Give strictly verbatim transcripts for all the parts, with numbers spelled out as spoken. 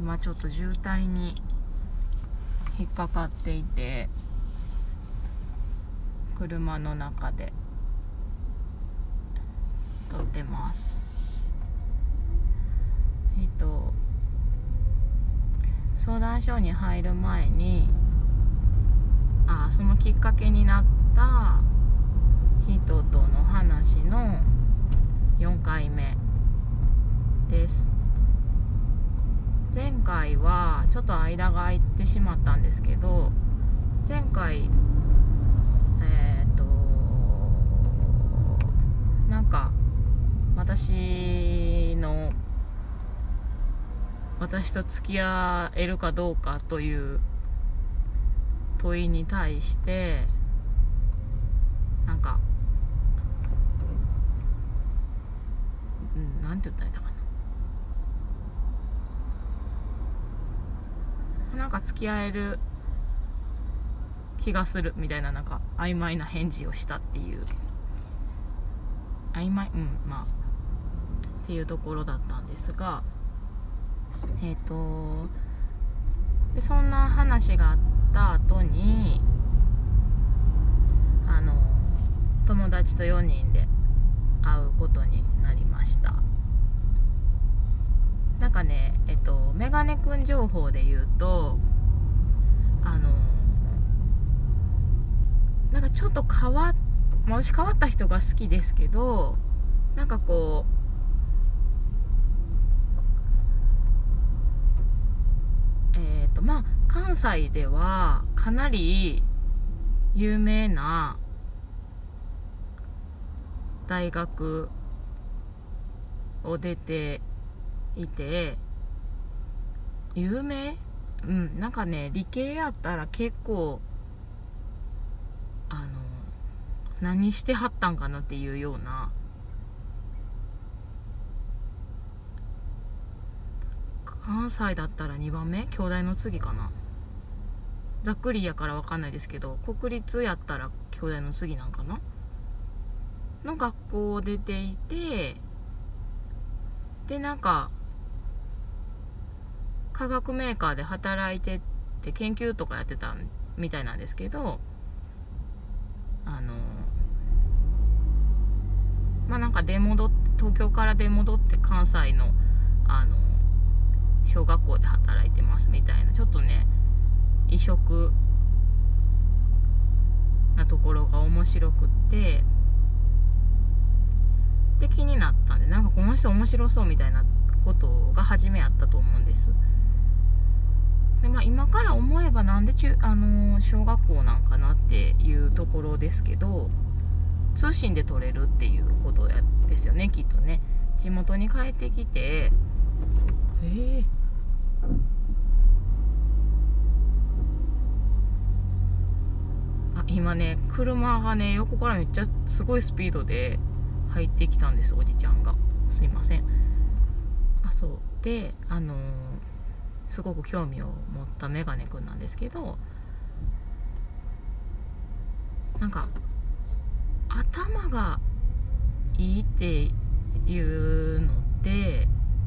今ちょっと渋滞に引っかかっていて、車の中で撮ってます。えっと相談所に入る前に、あそのきっかけになった人との話のよんかいめです。前回はちょっと間が空いてしまったんですけど、前回えっとなんか私の私と付き合えるかどうかという問いに対して、なんか、うん、なんて言ったらいいのかな、なんか付き合える気がするみたいな、なんか曖昧な返事をしたっていう、曖昧、うんまあっていうところだったんですが、えっとでそんな話があった後に、あの友達とよにんで会うことになりました。なんかね、えっとメガネくん情報で言うと、あのなんかちょっと変わっ私変わった人が好きですけど、なんかこうえっとまあ関西ではかなり有名な大学を出ていて、有名？うん、なんかね、理系やったら結構あの何してはったんかなっていうような、関西だったらにばんめ、京大の次かな、ざっくりやから分かんないですけど、国立やったら京大の次なんかなの学校を出ていて、でなんか化学メーカーで働いてって研究とかやってたみたいなんですけど、あのまあなんか出戻って東京から出戻って関西のあの小学校で働いてますみたいな、ちょっとね異色なところが面白くって、で気になったんで、なんかこの人面白そうみたいなことが初めあったと思うんです。で、まあ、今から思えばなんで中、あのー、小学校なんかなっていうところですけど、通信で取れるっていうことですよね、きっとね。地元に帰ってきて、えー、あ今ね車がね横からめっちゃすごいスピードで入ってきたんです、おじちゃんが。すいません。あそうであのー、すごく興味を持ったメガネくんなんですけど、なんか頭がいいっていうのって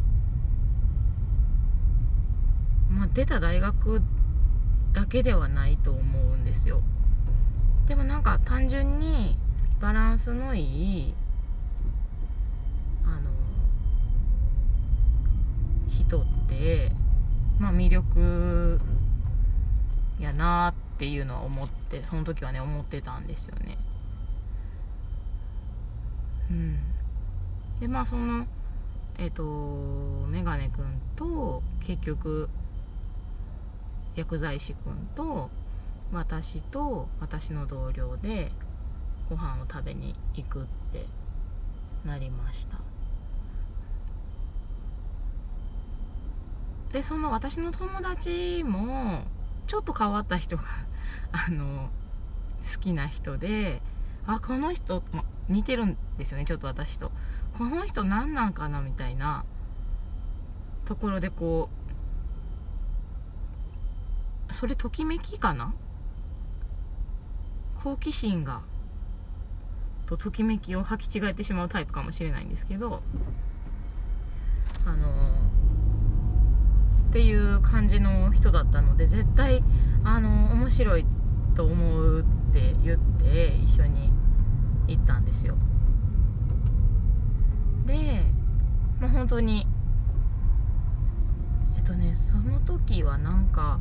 まあ出た大学だけではないと思うんですよ。でもなんか単純にバランスのいいあの人ってまあ魅力やなっていうのは思って、その時はね思ってたんですよね。うんでまあそのえっとメガネくんと結局薬剤師くんと私と私の同僚でご飯を食べに行くってなりました。でその私の友達もちょっと変わった人があの好きな人で、あこの人、ま、似てるんですよね、ちょっと私と。この人何なんかなみたいなところで、こうそれときめきかな、好奇心がとときめきを履き違えてしまうタイプかもしれないんですけど、あのっていう感じの人だったので、絶対あの面白いと思うって言って一緒に行ったんですよ。で、まあ、本当にえっとねその時はなんか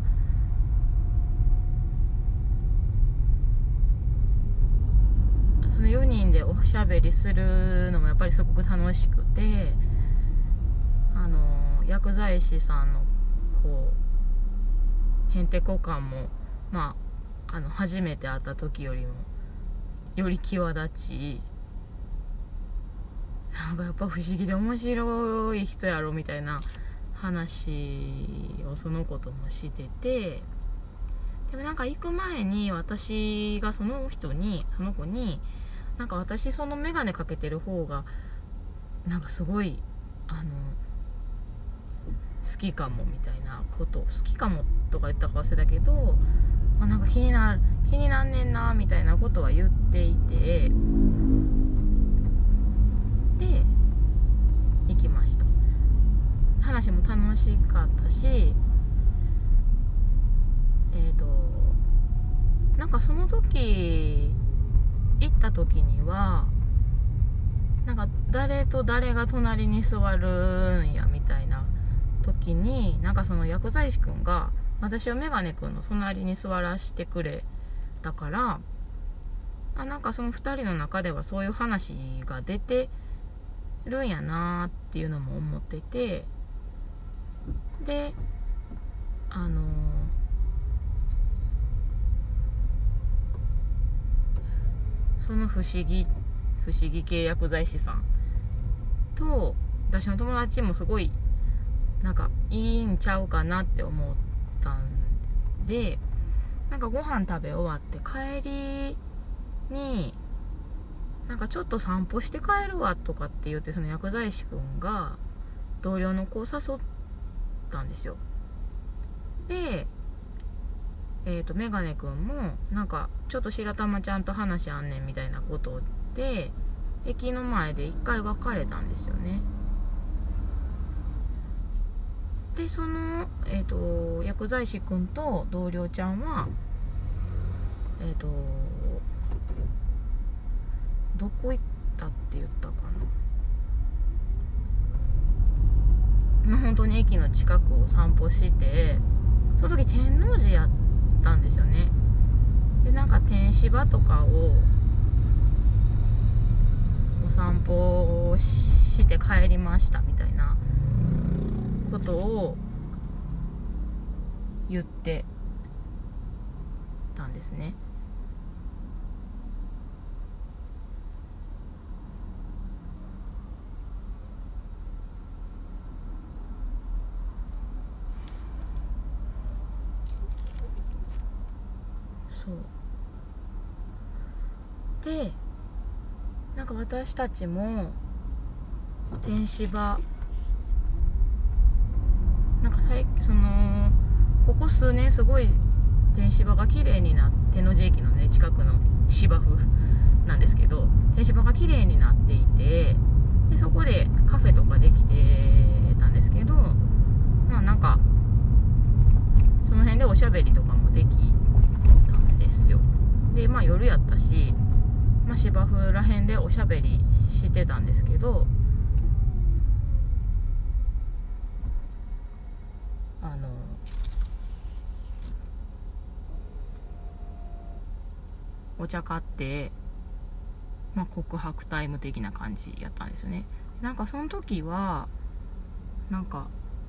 そのよにんでおしゃべりするのもやっぱりすごく楽しくて、あの薬剤師さんのこうへんてこ感も、まあ、あの初めて会った時よりもより際立ち、なんかやっぱ不思議で面白い人やろみたいな話をその子ともしてて、でもなんか行く前に私がその人にその子になんか私その眼鏡かけてる方がなんかすごいあの好きかもみたいなこと好きかもとか言ったか忘れたけど、まあ、なんか気になる気になんねんなみたいなことは言っていて、で行きました。話も楽しかったし、えーとなんかその時行った時にはなんか誰と誰が隣に座るんやみたいな時に、なんかその薬剤師くんが私をメガネくんの隣に座らせてくれたから、あなんかそのふたりの中ではそういう話が出てるんやなっていうのも思ってて、であのーその不思議不思議系薬剤師さんと私の友達もすごいなんかいいんちゃうかなって思ったんで、なんかご飯食べ終わって帰りになんかちょっと散歩して帰るわとかって言って、その薬剤師くんが同僚の子を誘ったんですよ。でえーと、メガネくんもなんかちょっと白玉ちゃんと話あんねんみたいなことで駅の前で一回別れたんですよね。でその、えーと、薬剤師くんと同僚ちゃんはえーとどこ行ったって言ったかな、まあ、本当に駅の近くを散歩して、その時天王寺やったんですよね。でなんか天芝とかをお散歩して帰りましたみたいなことを言ってたんですね。そうでなんか私たちも天芝なんか最そのここ数年すごい天芝が綺麗になって、天王寺駅のね近くの芝生なんですけど、天芝が綺麗になっていて、でそこでカフェとかできてたんですけど、まあなんかその辺でおしゃべりとかもできたんですよ。でまあ夜やったし、まあ、芝生ら辺でおしゃべりしてたんですけど、あのお茶買って、まあ、告白タイム的な感じやったんですよね。なんかその時はなんか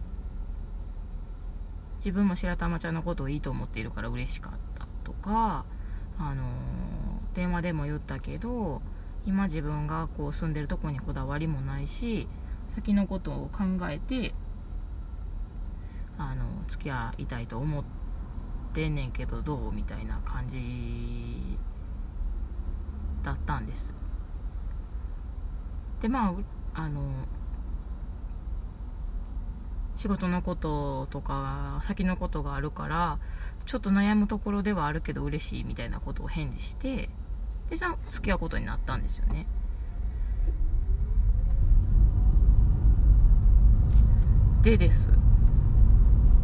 自分も白玉ちゃんのことをいいと思っているから嬉しかったとか、あの電話でも言ったけど今自分がこう住んでるとこにこだわりもないし、先のことを考えてあの付き合いたいと思ってんねんけどどうみたいな感じだったんです。でまああの仕事のこととか先のことがあるからちょっと悩むところではあるけど嬉しいみたいなことを返事して、でじゃあ付き合うことになったんですよね。でです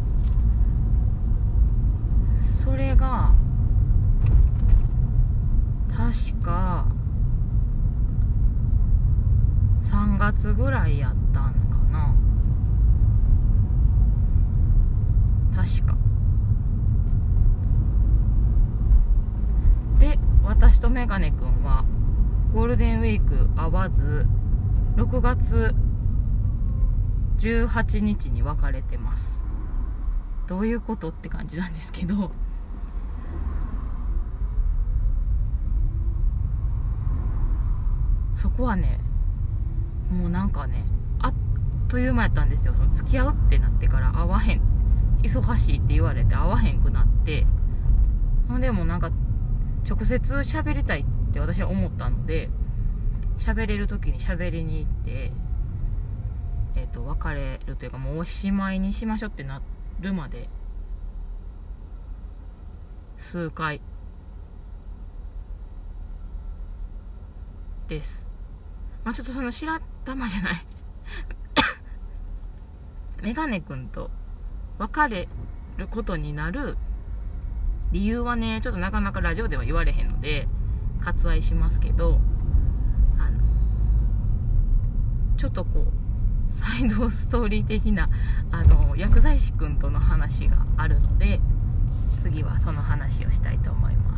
つぐらいやったんかな、確かで。私とメガネくんはゴールデンウィーク会わずろくがつじゅうはちにちに別れてます。どういうことって感じなんですけど、そこはね、もうなんかね、あっという間やったんですよ。その付き合うってなってから会わへん、忙しいって言われて会わへんくなって、ほんでもなんか直接喋りたいって私は思ったので、喋れる時に喋りに行って、えっと別れるというか、もうおしまいにしましょうってなるまで数回です。まあちょっとその白玉じゃないメガネくんと別れることになる理由はね、ちょっとなかなかラジオでは言われへんので割愛しますけど、あのちょっとこうサイドストーリー的なあの薬剤師くんとの話があるので、次はその話をしたいと思います。